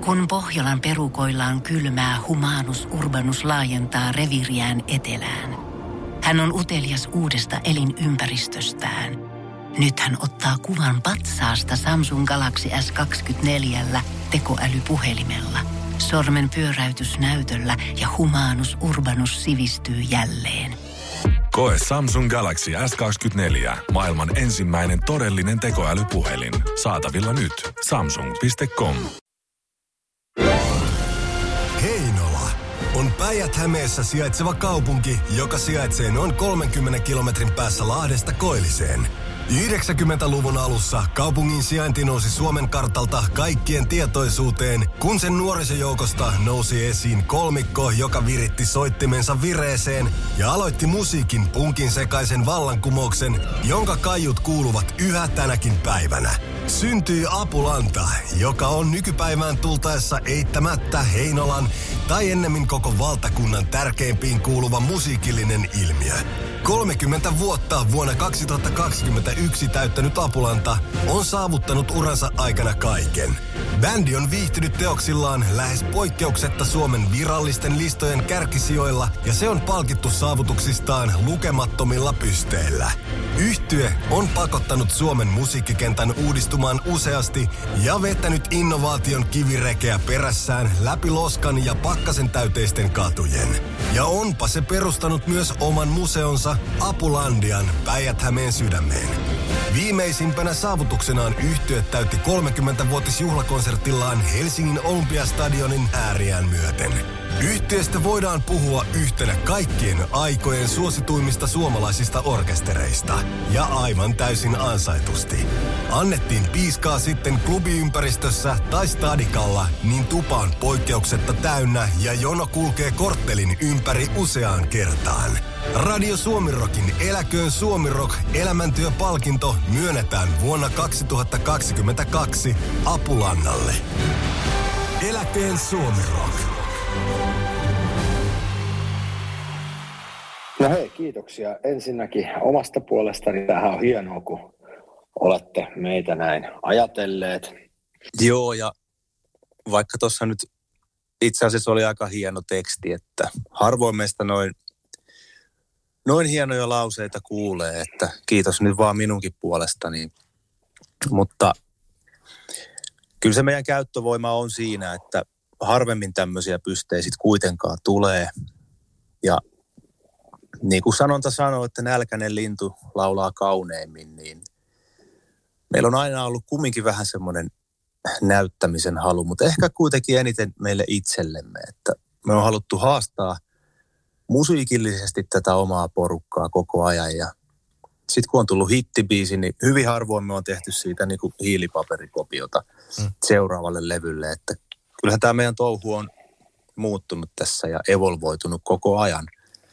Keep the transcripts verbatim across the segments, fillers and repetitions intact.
Kun Pohjolan perukoillaan kylmää, Humanus Urbanus laajentaa reviiriään etelään. Hän on utelias uudesta elinympäristöstään. Nyt hän ottaa kuvan patsaasta Samsung Galaxy S kaksikymmentäneljä tekoälypuhelimella. Sormen pyöräytys näytöllä ja Humanus Urbanus sivistyy jälleen. Koe Samsung Galaxy S kaksikymmentäneljä. Maailman ensimmäinen todellinen tekoälypuhelin. Saatavilla nyt. samsung piste com. Heinola on Päijät-Hämeessä sijaitseva kaupunki, joka sijaitsee noin kolmenkymmenen kilometrin päässä Lahdesta Koilliseen. yhdeksänkymmentäluvun alussa kaupungin sijainti nousi Suomen kartalta kaikkien tietoisuuteen, kun sen nuorisojoukosta nousi esiin kolmikko, joka viritti soittimensa vireeseen ja aloitti musiikin punkin sekaisen vallankumouksen, jonka kaiut kuuluvat yhä tänäkin päivänä. Syntyi Apulanta, joka on nykypäivään tultaessa eittämättä Heinolan tai ennemmin koko valtakunnan tärkeimpiin kuuluva musiikillinen ilmiö. kolmekymmentä vuotta vuonna kaksituhattakaksikymmentäyksi täyttänyt Apulanta on saavuttanut uransa aikana kaiken. Bändi on viihtynyt teoksillaan lähes poikkeuksetta Suomen virallisten listojen kärkisijoilla ja se on palkittu saavutuksistaan lukemattomilla pysteillä. Yhtye on pakottanut Suomen musiikkikentän uudistumaan useasti ja vetänyt innovaation kivirekeä perässään läpi loskan ja pakkasen täyteisten katujen. Ja onpa se perustanut myös oman museonsa Apulandian Päijät-Hämeen sydämeen. Viimeisimpänä saavutuksenaan yhtye täytti kolmekymmentävuotisjuhlakonsertillaan Helsingin Olympiastadionin ääriään myöten. Yhtyeestä voidaan puhua yhtenä kaikkien aikojen suosituimmista suomalaisista orkestereista. Ja aivan täysin ansaitusti. Annettiin piiskaa sitten klubiympäristössä tai stadikalla, niin tupa on poikkeuksetta täynnä ja jono kulkee korttelin ympäri useaan kertaan. Radio Suomirokin Eläköön Suomirok elämäntyöpalkinto myönnetään vuonna kaksituhattakaksikymmentäkaksi Apulannalle. Eläköön Suomirok. No hei, kiitoksia ensinnäkin omasta puolestani. Tämähän on hienoa, kun olette meitä näin ajatelleet. Joo, ja vaikka tuossa nyt itse asiassa oli aika hieno teksti, että harvoin meistä noin, noin hienoja lauseita kuulee, että kiitos nyt vaan minunkin puolestani. Mutta kyllä se meidän käyttövoima on siinä, että harvemmin tämmöisiä pysteitä sitten kuitenkaan tulee. Ja niin kuin sanonta sanoo, että nälkäinen lintu laulaa kauneimmin, niin meillä on aina ollut kumminkin vähän semmoinen näyttämisen halu, mutta ehkä kuitenkin eniten meille itsellemme, että me on haluttu haastaa musiikillisesti tätä omaa porukkaa koko ajan ja sitten kun on tullut hittibiisi, niin hyvin harvoin me on tehty siitä niin kuin hiilipaperikopiota mm. seuraavalle levylle, että kyllähän tämä meidän touhu on muuttunut tässä ja evolvoitunut koko ajan.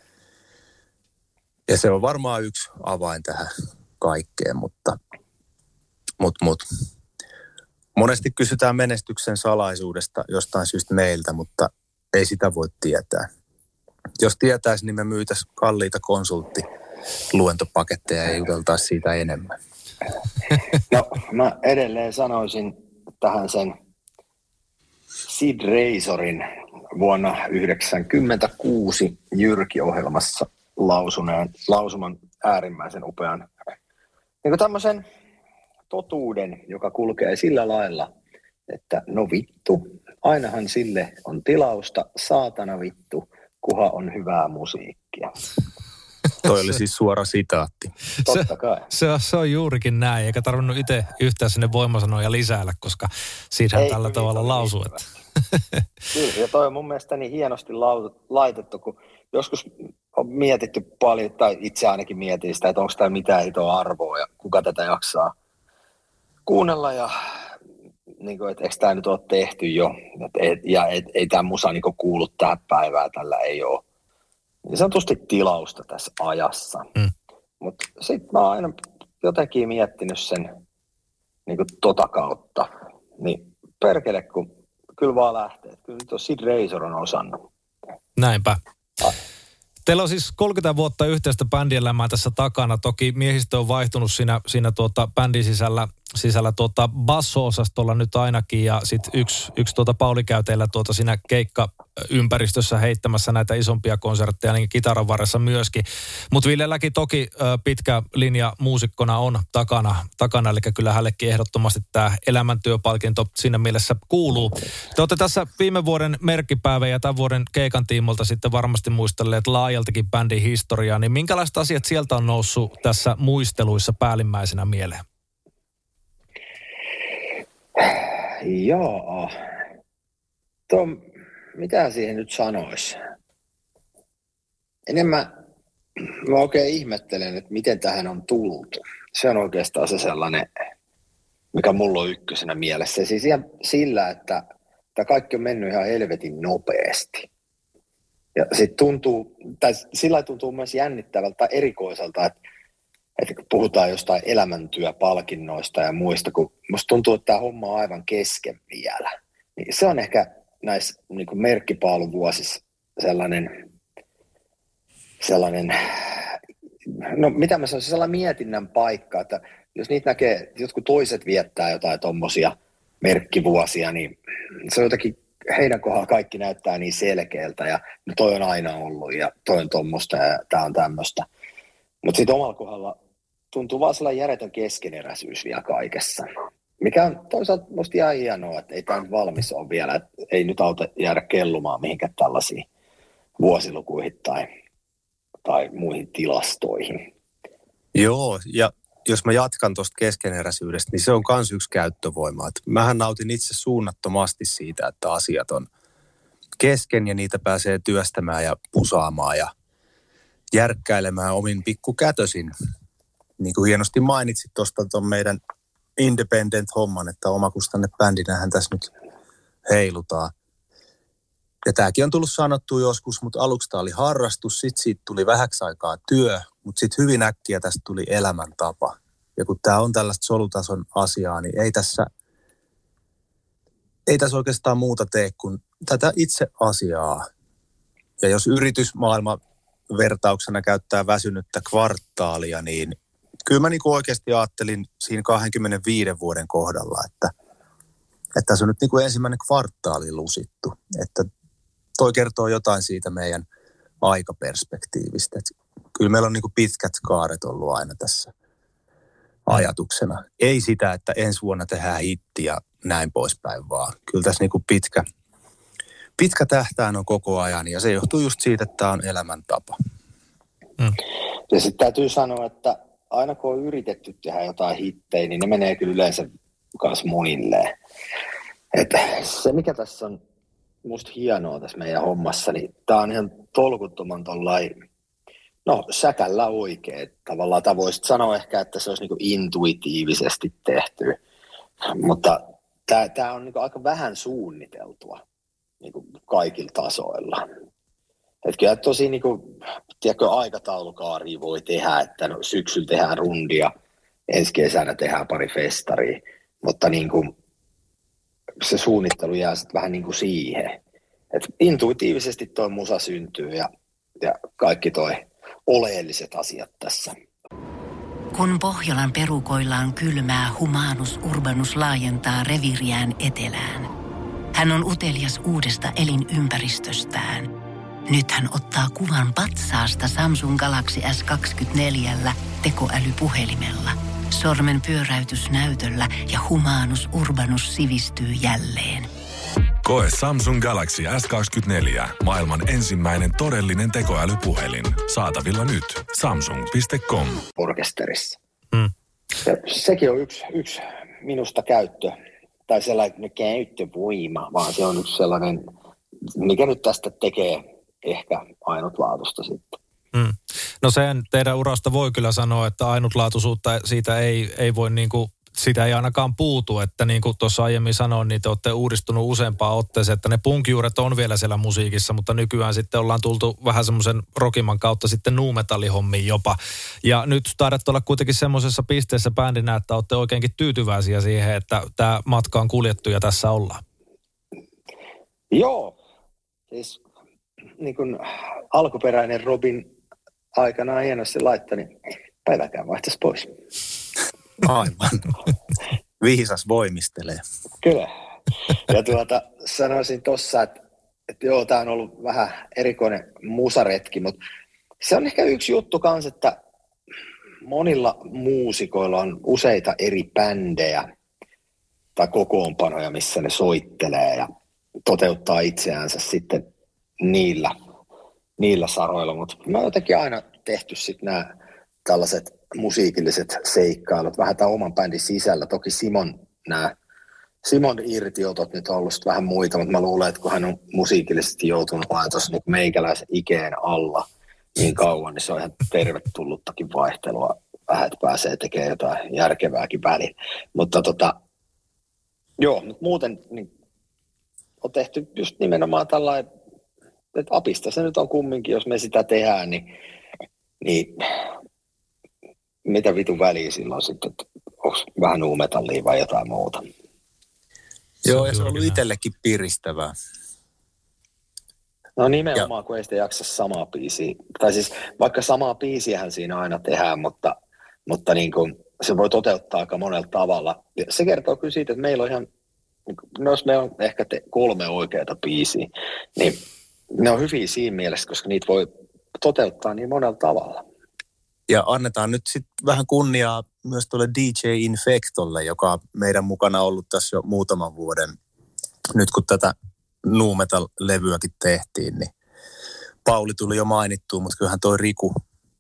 Ja se on varmaan yksi avain tähän kaikkeen, mutta mut, mut. monesti kysytään menestyksen salaisuudesta jostain syystä meiltä, mutta ei sitä voi tietää. Jos tietäisi, niin me myytäisiin kalliita konsulttiluentopaketteja ja juteltaisiin siitä enemmän. No, mä edelleen sanoisin tähän sen Sid Razorin vuonna yhdeksänkymmentäkuusi Jyrki-ohjelmassa lausuneen, lausuman äärimmäisen upean niin kuin tämmöisen totuuden, joka kulkee sillä lailla, että no vittu, ainahan sille on tilausta, saatana vittu, kuha on hyvää musiikkia. Toi oli siis suora sitaatti. Totta kai. Se, se, se on juurikin näin, eikä tarvinnut itse yhtään sinne voimasanoja lisäillä, koska siinähän Ei, tällä tavalla lausuu. Kyllä, ja toi on mun mielestä niin hienosti laitettu, kun joskus on mietitty paljon, tai itse ainakin mietin sitä, että onko tämä mitään itoa arvoa ja kuka tätä jaksaa kuunnella ja niin kuin, että eikö tämä nyt ole tehty jo et, ja et, ei tämä musa niin kuin kuulu tähän päivään, tällä ei ole niin sanotusti tilausta tässä ajassa. Mm. Mutta sitten mä oon aina jotenkin miettinyt sen niin kuin tota kautta, niin perkele kun kyllä vaan lähtee. Kyllä nyt on Sid Razor on osannut. Näinpä. Ah. Teillä on siis kolmekymmentä vuotta yhteistä bändielämää tässä takana. Toki miehistö on vaihtunut siinä, siinä tuota bändin sisällä sisällä tuota basso-osastolla nyt ainakin ja sitten yksi, yksi tuota Pauli käy teillä tuota siinä keikkaympäristössä heittämässä näitä isompia konsertteja, niin kitaran varressa myöskin. Mutta Villelläkin toki ö, pitkä linja muusikkona on takana, takana, eli kyllä hänellekin ehdottomasti tämä elämäntyöpalkinto siinä mielessä kuuluu. Te olette tässä viime vuoden merkkipäivän ja tämän vuoden keikan tiimolta sitten varmasti muistelleet laajaltakin bändin historiaa, niin minkälaiset asiat sieltä on noussut tässä muisteluissa päällimmäisenä mieleen? Joo. Tuo, mitä siihen nyt sanoisi? Enemmän mä oikein ihmettelen, että miten tähän on tultu. Se on oikeastaan se sellainen, mikä mulla on ykkösenä mielessä. Siis ihan sillä, että tämä kaikki on mennyt ihan helvetin nopeasti. Ja sitten tuntuu, tai sillä tuntuu myös jännittävältä tai erikoiselta, että että kun puhutaan jostain elämäntyöpalkinnoista ja muista, kun musta tuntuu, että tämä homma on aivan kesken vielä. Niin se on ehkä näissä niin kuin merkkipaaluvuosissa sellainen, sellainen, no mitä mä sanoisin, sellainen mietinnän paikka, että jos niitä näkee, jotkut toiset viettää jotain tommosia merkkivuosia, niin se on jotenkin, heidän kohdalla kaikki näyttää niin selkeältä ja no toi on aina ollut ja toi on tommoista ja tää on tämmöistä. Mutta sitten omalla kohdalla tuntuu vaan sellainen järjetön keskeneräisyys vielä kaikessa. Mikä on toisaalta musta ihan hienoa, että ei tämä nyt valmis ole vielä. Että ei nyt auta jäädä kellumaan mihinkään tällaisiin vuosilukuihin tai, tai muihin tilastoihin. Joo, ja jos mä jatkan tuosta keskeneräisyydestä, niin se on myös yksi käyttövoima. Et mähän nautin itse suunnattomasti siitä, että asiat on kesken ja niitä pääsee työstämään ja pusaamaan ja järkkäilemään omin pikkukätösin. Niin kuin hienosti mainitsit tuosta tuon meidän independent-homman, että omakustanne bändinähän tässä nyt heilutaan. Ja tämäkin on tullut sanottua joskus, mutta aluksi tämä oli harrastus, sitten siitä tuli vähäksi aikaa työ, mutta sitten hyvin äkkiä tästä tuli elämäntapa. Ja kun tämä on tällaista solutason asiaa, niin ei tässä, ei tässä oikeastaan muuta tee kuin tätä itse asiaa. Ja jos yritysmaailma vertauksena käyttää väsynyttä kvartaalia, niin kyllä mä niinku oikeasti ajattelin siinä kaksikymmentäviisi vuoden kohdalla, että, että tässä on nyt niinku ensimmäinen kvartaali lusittu. Että toi kertoo jotain siitä meidän aikaperspektiivistä. Että kyllä meillä on niinku pitkät kaaret ollut aina tässä ajatuksena. Ei sitä, että ensi vuonna tehdään hitti ja näin poispäin, vaan kyllä tässä niinku pitkä, pitkä tähtäin on koko ajan ja se johtuu just siitä, että tämä on elämäntapa. Mm. Ja sitten täytyy sanoa, että aina kun on yritetty tehdä jotain hittejä, niin ne menee kyllä yleensä myös monilleen. Että se, mikä tässä on musta hienoa tässä meidän hommassa, niin tämä on ihan tolkuttoman tollain, no säkällä oikein. Tavallaan tämä voisit sanoa ehkä, että se olisi niinku intuitiivisesti tehty, mutta tämä, tämä on niinku aika vähän suunniteltua niinku kaikilla tasoilla. Että kyllä tosi niinku, tiedätkö, aikataulukaaria voi tehdä, että no, syksyllä tehdään rundia, ensi kesänä tehdään pari festaria, mutta niinku, se suunnittelu jää sitten vähän niin kuin siihen. Et intuitiivisesti toi musa syntyy ja, ja kaikki toi oleelliset asiat tässä. Kun Pohjolan perukoillaan kylmää, Humanus Urbanus laajentaa reviiriään etelään. Hän on utelias uudesta elinympäristöstään. Nyt hän ottaa kuvan patsaasta Samsung Galaxy S kaksikymmentäneljä tekoälypuhelimella. Sormen pyöräytys näytöllä ja Humanus Urbanus sivistyy jälleen. Koe Samsung Galaxy S kaksikymmentäneljä, maailman ensimmäinen todellinen tekoälypuhelin. Saatavilla nyt. samsung piste com. Orkesterissa. Mm. Ja sekin on yksi, yksi minusta käyttö, tai sellainen käyttövoima, vaan se on yksi sellainen, mikä nyt tästä tekee ehkä ainutlaatuista sitten. Mm. No sen teidän urasta voi kyllä sanoa, että ainutlaatuisuutta siitä ei, ei voi niinku, sitä ei ainakaan puutu, että niin kuin tuossa aiemmin sanoin, niin te olette uudistunut useampaan otteeseen, että ne punkjuuret on vielä siellä musiikissa, mutta nykyään sitten ollaan tultu vähän semmoisen rockiman kautta sitten nu-metallihommiin jopa. Ja nyt taidatte olla kuitenkin semmoisessa pisteessä bändinä, että olette oikeinkin tyytyväisiä siihen, että tämä matka on kuljettu ja tässä ollaan. Joo, siis niin kuin alkuperäinen Robin aikanaan hienosti laittoi, niin päiväkään vaihtaisi pois. Aivan. Viisas voimistelee. Kyllä. Ja tuota, sanoisin tossa, että, että joo, tämä on ollut vähän erikoinen musaretki, mutta se on ehkä yksi juttu kanssa, että monilla muusikoilla on useita eri bändejä tai kokoonpanoja, missä ne soittelee ja toteuttaa itseäänsä sitten niillä, niillä saroilla. Mutta mä oon jotenkin aina tehty sitten nämä tällaiset musiikilliset seikkailut vähän tämän oman bändin sisällä. Toki Simon nämä Simon irtiotot nyt on ollut vähän muita, mutta mä luulen, että kun hän on musiikillisesti joutunut olemaan tuossa niin meikäläisen ikeen alla niin kauan, niin se on ihan tervetulluttakin vaihtelua. Vähän, että pääsee tekemään jotain järkevääkin väliin. Mutta tota, joo, mutta muuten niin on tehty just nimenomaan tällainen, että apista se nyt on kumminkin, jos me sitä tehdään, niin, niin mitä vitun väliä silloin sitten, että onko vähän nuumetallia vai jotain muuta. Joo, ja se on ollut itsellekin piristävää. No nimenomaan, ja kun ei sitä jaksa samaa biisiä. Tai siis vaikka samaa biisiähän siinä aina tehdään, mutta, mutta niin kuin se voi toteuttaa aika monella tavalla. Ja se kertoo kyllä siitä, että meillä on ihan, no jos meillä on ehkä te, kolme oikeaa biisiä, niin ne on hyviä siinä mielessä, koska niitä voi toteuttaa niin monella tavalla. Ja annetaan nyt sitten vähän kunniaa myös tuolle D J Infectolle, joka on meidän mukana ollut tässä jo muutaman vuoden. Nyt kun tätä nu metal-levyäkin tehtiin, niin Pauli tuli jo mainittua, mutta kyllähän toi Riku,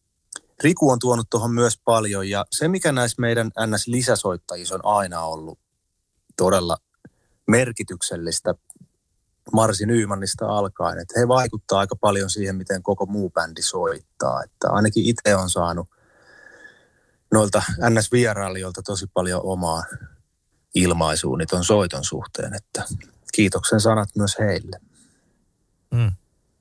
Riku on tuonut tuohon myös paljon. Ja se, mikä näissä meidän N S-lisäsoittajissa on aina ollut todella merkityksellistä Marsi Nymannista alkaen, että he vaikuttaa aika paljon siihen, miten koko muu bändi soittaa. Että ainakin itse on saanut noilta N S-vierailijoilta tosi paljon omaa ilmaisuuni ton soiton suhteen, että kiitoksen sanat myös heille. Mm.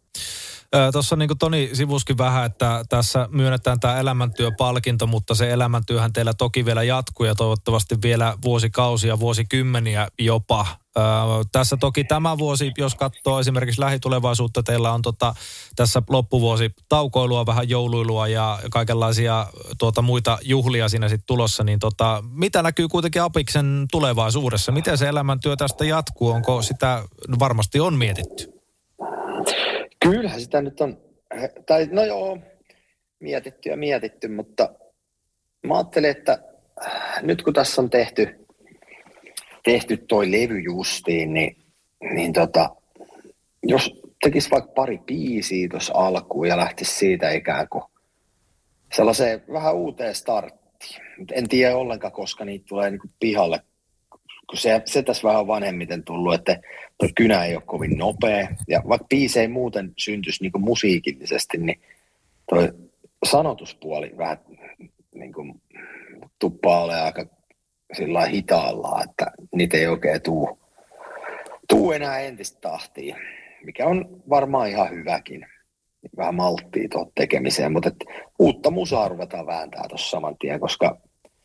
Tuossa niin kuin Toni sivuskin vähän, että tässä myönnetään tämä elämäntyöpalkinto, mutta se elämäntyöhän teillä toki vielä jatkuu ja toivottavasti vielä vuosikausia, vuosikymmeniä jopa. Ö, tässä toki tämä vuosi, jos katsoo esimerkiksi lähitulevaisuutta, teillä on tota, tässä loppuvuosi taukoilua, vähän jouluilua ja kaikenlaisia tuota, muita juhlia siinä sitten tulossa, niin tota, mitä näkyy kuitenkin Apiksen tulevaisuudessa? Miten se elämäntyö tästä jatkuu? Onko sitä, varmasti on mietitty? Kyllähän sitä nyt on, tai no joo, mietitty ja mietitty, mutta mä ajattelin, että nyt kun tässä on tehty, tehty toi levy justiin, niin, niin tota, jos tekisi vaikka pari biisiä tuossa alkuun ja lähtisi siitä ikään kuin sellaiseen vähän uuteen starttiin. En tiedä ollenkaan, koska niitä tulee niin kuin pihalle, kun se, se tässä vähän on vanhemmiten tullut, että tuo kynä ei ole kovin nopea. Ja vaikka biisi ei muuten syntyisi niin kuin musiikillisesti, niin tuo sanotuspuoli vähän niin kuin tuppaa olemaan aika sillä hitaalla, että niitä ei oikein tuu, tuu enää entistä tahtia, mikä on varmaan ihan hyväkin. Vähän malttia tuohon tekemiseen, mutta uutta musaa ruvetaan vääntää tuossa saman tien, koska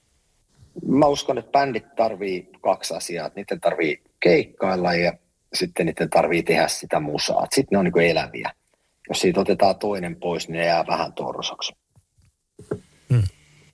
mä uskon, että bändit tarvii kaksi asiaa. Niiden tarvii keikkailla ja sitten niiden tarvii tehdä sitä musaa. Sitten ne on niin kuin eläviä. Jos siitä otetaan toinen pois, niin ne jää vähän torsoksi. Hmm.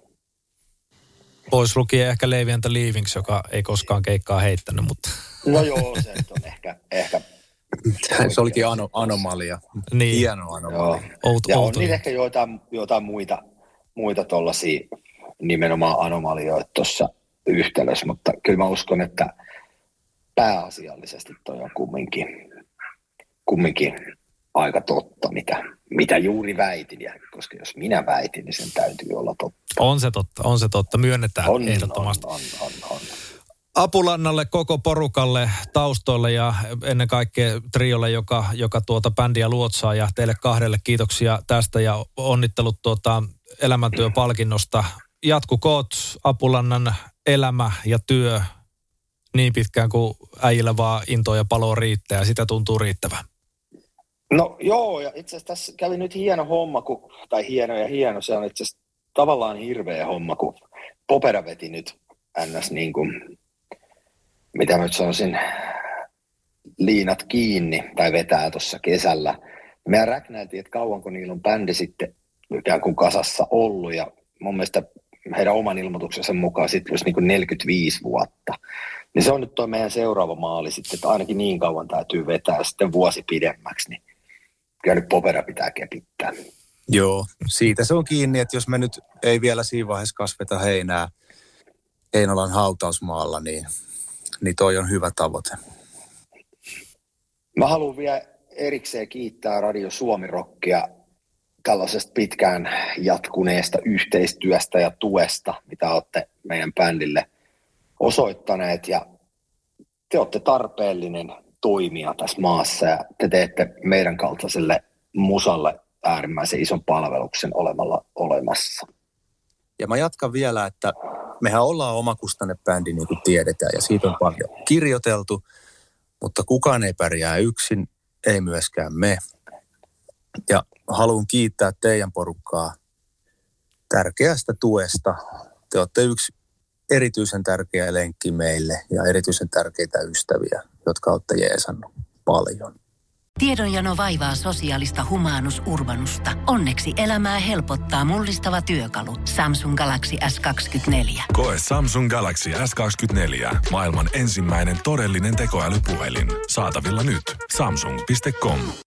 Pois lukien ehkä Levi and the Leavings, joka ei koskaan keikkaa heittänyt, mutta... No joo, se on ehkä... ehkä se olikin ano, anomalia. Niin. Hieno anomalia. Out, ja on niin ehkä joitain, joitain muita, muita tuollaisia nimenomaan anomalioita tuossa yhtälössä, mutta kyllä mä uskon, että pääasiallisesti toi on kumminkin, kumminkin aika totta, mitä, mitä juuri väitin, ja koska jos minä väitin, niin sen täytyy olla totta. On se totta, on se totta, myönnetään on, ehdottomasti. On, on, on, on. Apulannalle, koko porukalle, taustoille ja ennen kaikkea triolle, joka, joka tuota bändiä luotsaa, ja teille kahdelle kiitoksia tästä ja onnittelut tuota elämäntyöpalkinnosta. Jatkukoot Apulannan elämä ja työ niin pitkään kuin äijillä vaan intoa ja paloa riittää, ja sitä tuntuu riittävän. No joo, ja itse asiassa tässä kävi nyt hieno homma, kun, tai hieno ja hieno, se on itse asiassa tavallaan hirveä homma, kun Popera veti nyt ns. Niin kuin, mitä mä nyt sanoisin, liinat kiinni, tai vetää tuossa kesällä. Me räknäiltiin, että kauanko niillä on bändi sitten ikään kuin kasassa ollut, ja mun mielestä heidän oman ilmoituksensa mukaan sitten plus niin kuin neljäkymmentäviisi vuotta. Niin se on nyt tuo meidän seuraava maali sitten, että ainakin niin kauan täytyy vetää sitten vuosi pidemmäksi, niin kyllä nyt Popera pitää kepittää. Joo, siitä se on kiinni, että jos me nyt ei vielä siinä vaiheessa kasveta heinää Heinolan hautausmaalla, niin, niin toi on hyvä tavoite. Mä haluan vielä erikseen kiittää Radio Suomi Rockia tällaisesta pitkään jatkuneesta yhteistyöstä ja tuesta, mitä olette meidän bändille osoittaneet. Ja te olette tarpeellinen toimija tässä maassa ja te teette meidän kaltaiselle musalle äärimmäisen ison palveluksen olemalla olemassa. Ja mä jatkan vielä, että mehän ollaan omakustannebändi, niin kuin tiedetään, ja siitä on paljon kirjoiteltu, mutta kukaan ei pärjää yksin, ei myöskään me. Ja haluan kiittää teidän porukkaa tärkeästä tuesta. Te olette yksi erityisen tärkeä lenkki meille ja erityisen tärkeitä ystäviä, jotka olette jeesannut paljon. Tiedonjano vaivaa sosiaalista humanus urbanusta. Onneksi elämää helpottaa mullistava työkalu. Samsung Galaxy S kaksikymmentäneljä. Koe Samsung Galaxy S kaksikymmentäneljä. Maailman ensimmäinen todellinen tekoälypuhelin. Saatavilla nyt. Samsung piste com.